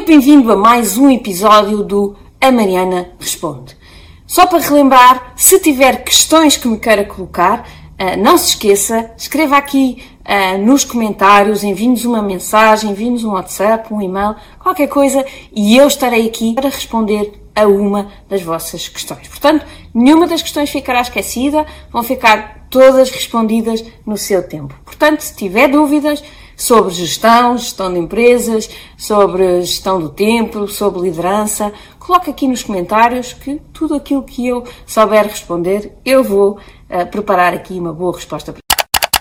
bem-vindo a mais um episódio do A Mariana Responde. Só para relembrar, se tiver questões que me queira colocar, não se esqueça, escreva aqui nos comentários, envie-nos uma mensagem, envie-nos um WhatsApp, um e-mail, qualquer coisa, e eu estarei aqui para responder a uma das vossas questões. Portanto, nenhuma das questões ficará esquecida, vão ficar todas respondidas no seu tempo. Portanto, se tiver dúvidas sobre gestão de empresas, sobre gestão do tempo, sobre liderança, coloque aqui nos comentários que tudo aquilo que eu souber responder, eu vou preparar aqui uma boa resposta para.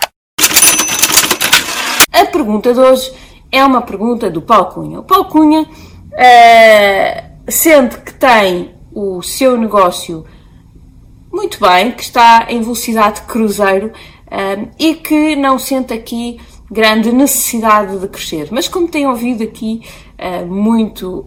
A pergunta de hoje é uma pergunta do Paulo Cunha. O Paulo Cunha sente que tem o seu negócio muito bem, que está em velocidade de cruzeiro e que não sente aqui grande necessidade de crescer. Mas como tem ouvido aqui muito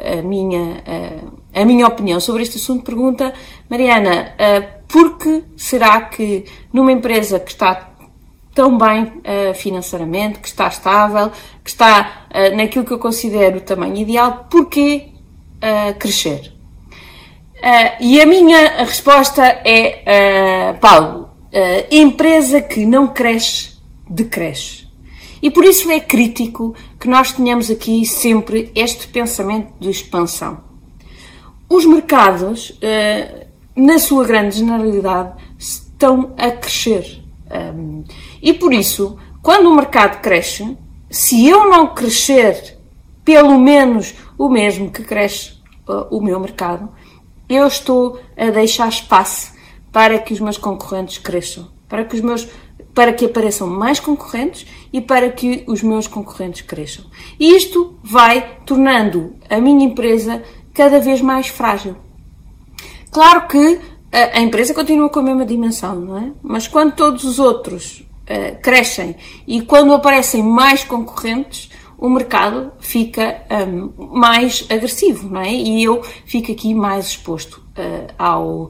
a minha opinião sobre este assunto, pergunta: Mariana, por que será que numa empresa que está tão bem financeiramente, que está estável, que está naquilo que eu considero o tamanho ideal, porquê crescer? E a minha resposta é, Paulo, empresa que não cresce, decresce. E por isso é crítico que nós tenhamos aqui sempre este pensamento de expansão. Os mercados, na sua grande generalidade, estão a crescer. E por isso, quando o mercado cresce, se eu não crescer pelo menos o mesmo que cresce o meu mercado, eu estou a deixar espaço para que os meus concorrentes cresçam, para que apareçam mais concorrentes e para que os meus concorrentes cresçam. E isto vai tornando a minha empresa cada vez mais frágil. Claro que a empresa continua com a mesma dimensão, não é? Mas quando todos os outros crescem e quando aparecem mais concorrentes, o mercado fica mais agressivo, não é? E eu fico aqui mais exposto ao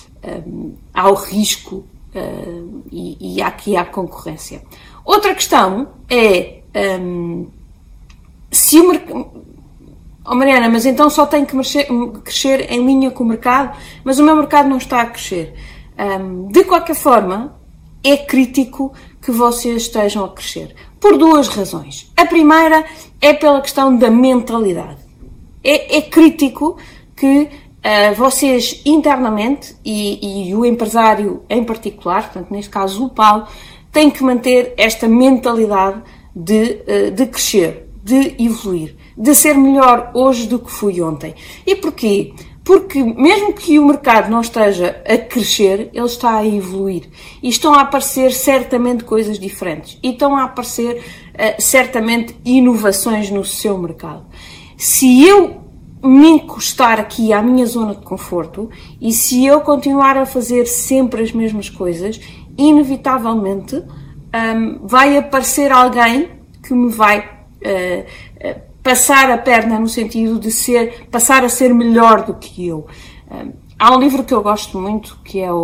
risco e aqui à concorrência. Outra questão é se o mercado... Oh Mariana, mas então só tem que crescer em linha com o mercado, mas o meu mercado não está a crescer. De qualquer forma, é crítico que vocês estejam a crescer, por duas razões. A primeira é pela questão da mentalidade. É crítico que vocês internamente, e o empresário em particular, portanto neste caso o Paulo, tem que manter esta mentalidade de crescer, de evoluir, de ser melhor hoje do que fui ontem. E porquê? Porque mesmo que o mercado não esteja a crescer, ele está a evoluir. E estão a aparecer certamente coisas diferentes. E estão a aparecer certamente inovações no seu mercado. Se eu me encostar aqui à minha zona de conforto e se eu continuar a fazer sempre as mesmas coisas, inevitavelmente vai aparecer alguém que me vai passar a perna no sentido de passar a ser melhor do que eu. Há um livro que eu gosto muito, que é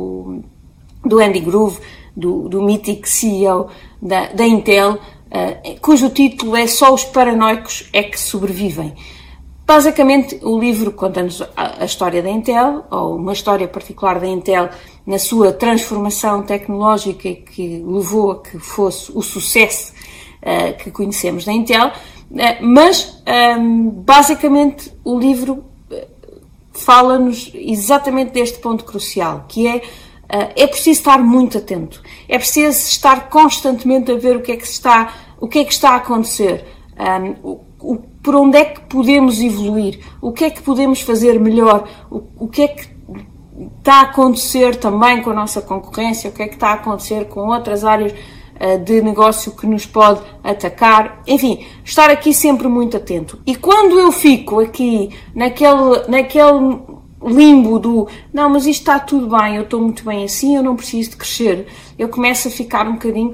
do Andy Grove, do mítico CEO da Intel, cujo título é Só os Paranoicos é que Sobrevivem. Basicamente, o livro conta-nos a história da Intel, ou uma história particular da Intel na sua transformação tecnológica que levou a que fosse o sucesso que conhecemos da Intel, mas basicamente o livro fala-nos exatamente deste ponto crucial, que é preciso estar muito atento, é preciso estar constantemente a ver o que é que está a acontecer, por onde é que podemos evoluir, o que é que podemos fazer melhor, o que é que está a acontecer também com a nossa concorrência, o que é que está a acontecer com outras áreas de negócio que nos pode atacar, enfim, estar aqui sempre muito atento. E quando eu fico aqui naquele limbo do não, mas isto está tudo bem, eu estou muito bem assim, eu não preciso de crescer, eu começo a ficar um bocadinho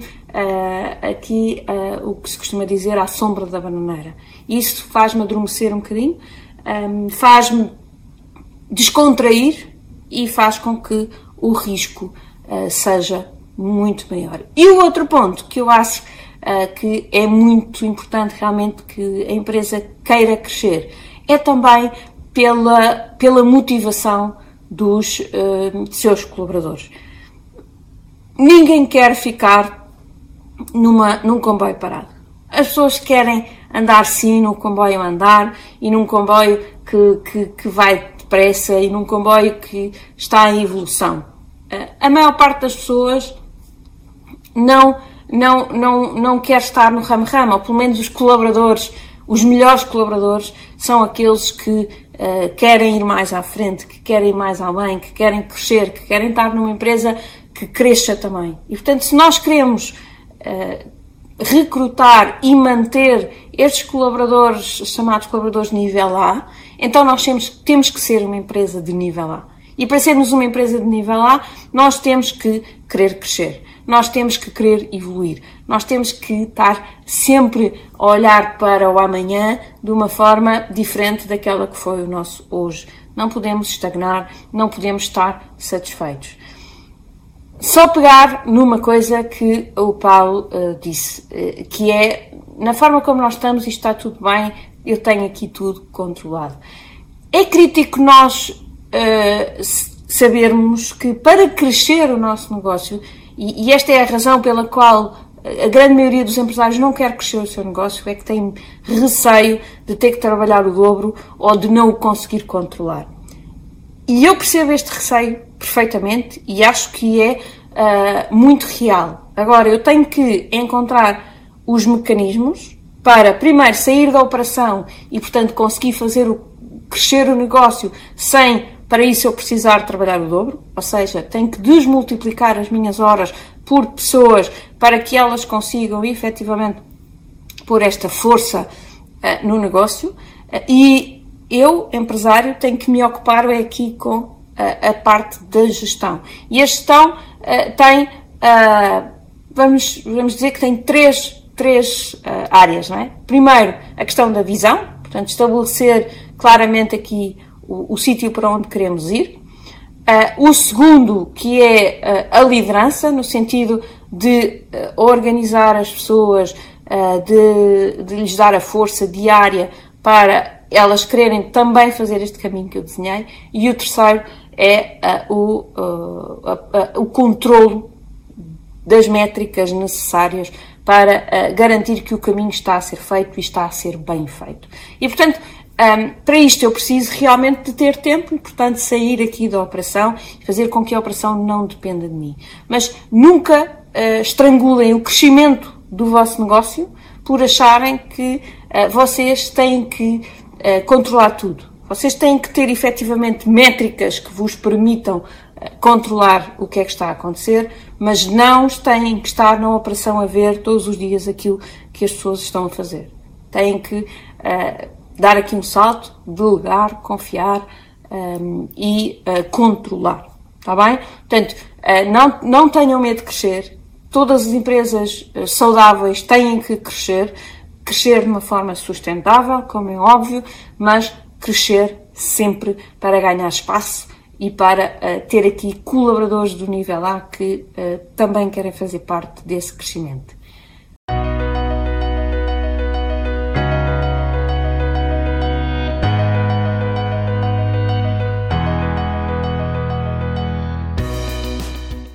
aqui o que se costuma dizer à sombra da bananeira. Isso faz-me adormecer um bocadinho, faz-me descontrair e faz com que o risco seja muito maior. E o outro ponto que eu acho que é muito importante realmente que a empresa queira crescer. É também pela motivação dos seus colaboradores. Ninguém quer ficar num comboio parado. As pessoas querem andar sim no comboio a andar e num comboio que vai depressa e num comboio que está em evolução. A maior parte das pessoas não quer estar no ramo-ramo, ou pelo menos os colaboradores, os melhores colaboradores, são aqueles que querem ir mais à frente, que querem ir mais além, que querem crescer, que querem estar numa empresa que cresça também. E, portanto, se nós queremos recrutar e manter estes colaboradores, chamados colaboradores de nível A, então nós temos que ser uma empresa de nível A. E para sermos uma empresa de nível A, nós temos que querer crescer, nós temos que querer evoluir, nós temos que estar sempre a olhar para o amanhã de uma forma diferente daquela que foi o nosso hoje. Não podemos estagnar, não podemos estar satisfeitos. Só pegar numa coisa que o Paulo disse, que é, na forma como nós estamos, isto está tudo bem, eu tenho aqui tudo controlado. É crítico nós sabermos que para crescer o nosso negócio, e esta é a razão pela qual a grande maioria dos empresários não quer crescer o seu negócio, é que tem receio de ter que trabalhar o dobro ou de não o conseguir controlar. E eu percebo este receio perfeitamente e acho que é muito real. Agora, eu tenho que encontrar os mecanismos para, primeiro, sair da operação e, portanto, conseguir crescer o negócio sem, para isso, eu precisar trabalhar o dobro. Ou seja, tenho que desmultiplicar as minhas horas por pessoas para que elas consigam, efetivamente, pôr esta força no negócio. E eu, empresário, tenho que me ocupar aqui com a parte da gestão. E a gestão tem, vamos dizer que tem três áreas, não é? Primeiro, a questão da visão, portanto, estabelecer claramente aqui o sítio para onde queremos ir. O segundo, que é a liderança, no sentido de organizar as pessoas, de lhes dar a força diária para elas quererem também fazer este caminho que eu desenhei. E o terceiro é o controlo das métricas necessárias para garantir que o caminho está a ser feito e está a ser bem feito. E, portanto, para isto eu preciso realmente de ter tempo e, portanto, sair aqui da operação e fazer com que a operação não dependa de mim. Mas nunca estrangulem o crescimento do vosso negócio por acharem que vocês têm que controlar tudo. Vocês têm que ter efetivamente métricas que vos permitam controlar o que é que está a acontecer, mas não têm que estar na operação a ver todos os dias aquilo que as pessoas estão a fazer. Têm que dar aqui um salto, delegar, confiar e controlar. Está bem? Portanto, não tenham medo de crescer. Todas as empresas saudáveis têm que crescer de uma forma sustentável, como é óbvio, mas crescer sempre para ganhar espaço e para ter aqui colaboradores do nível A que também querem fazer parte desse crescimento.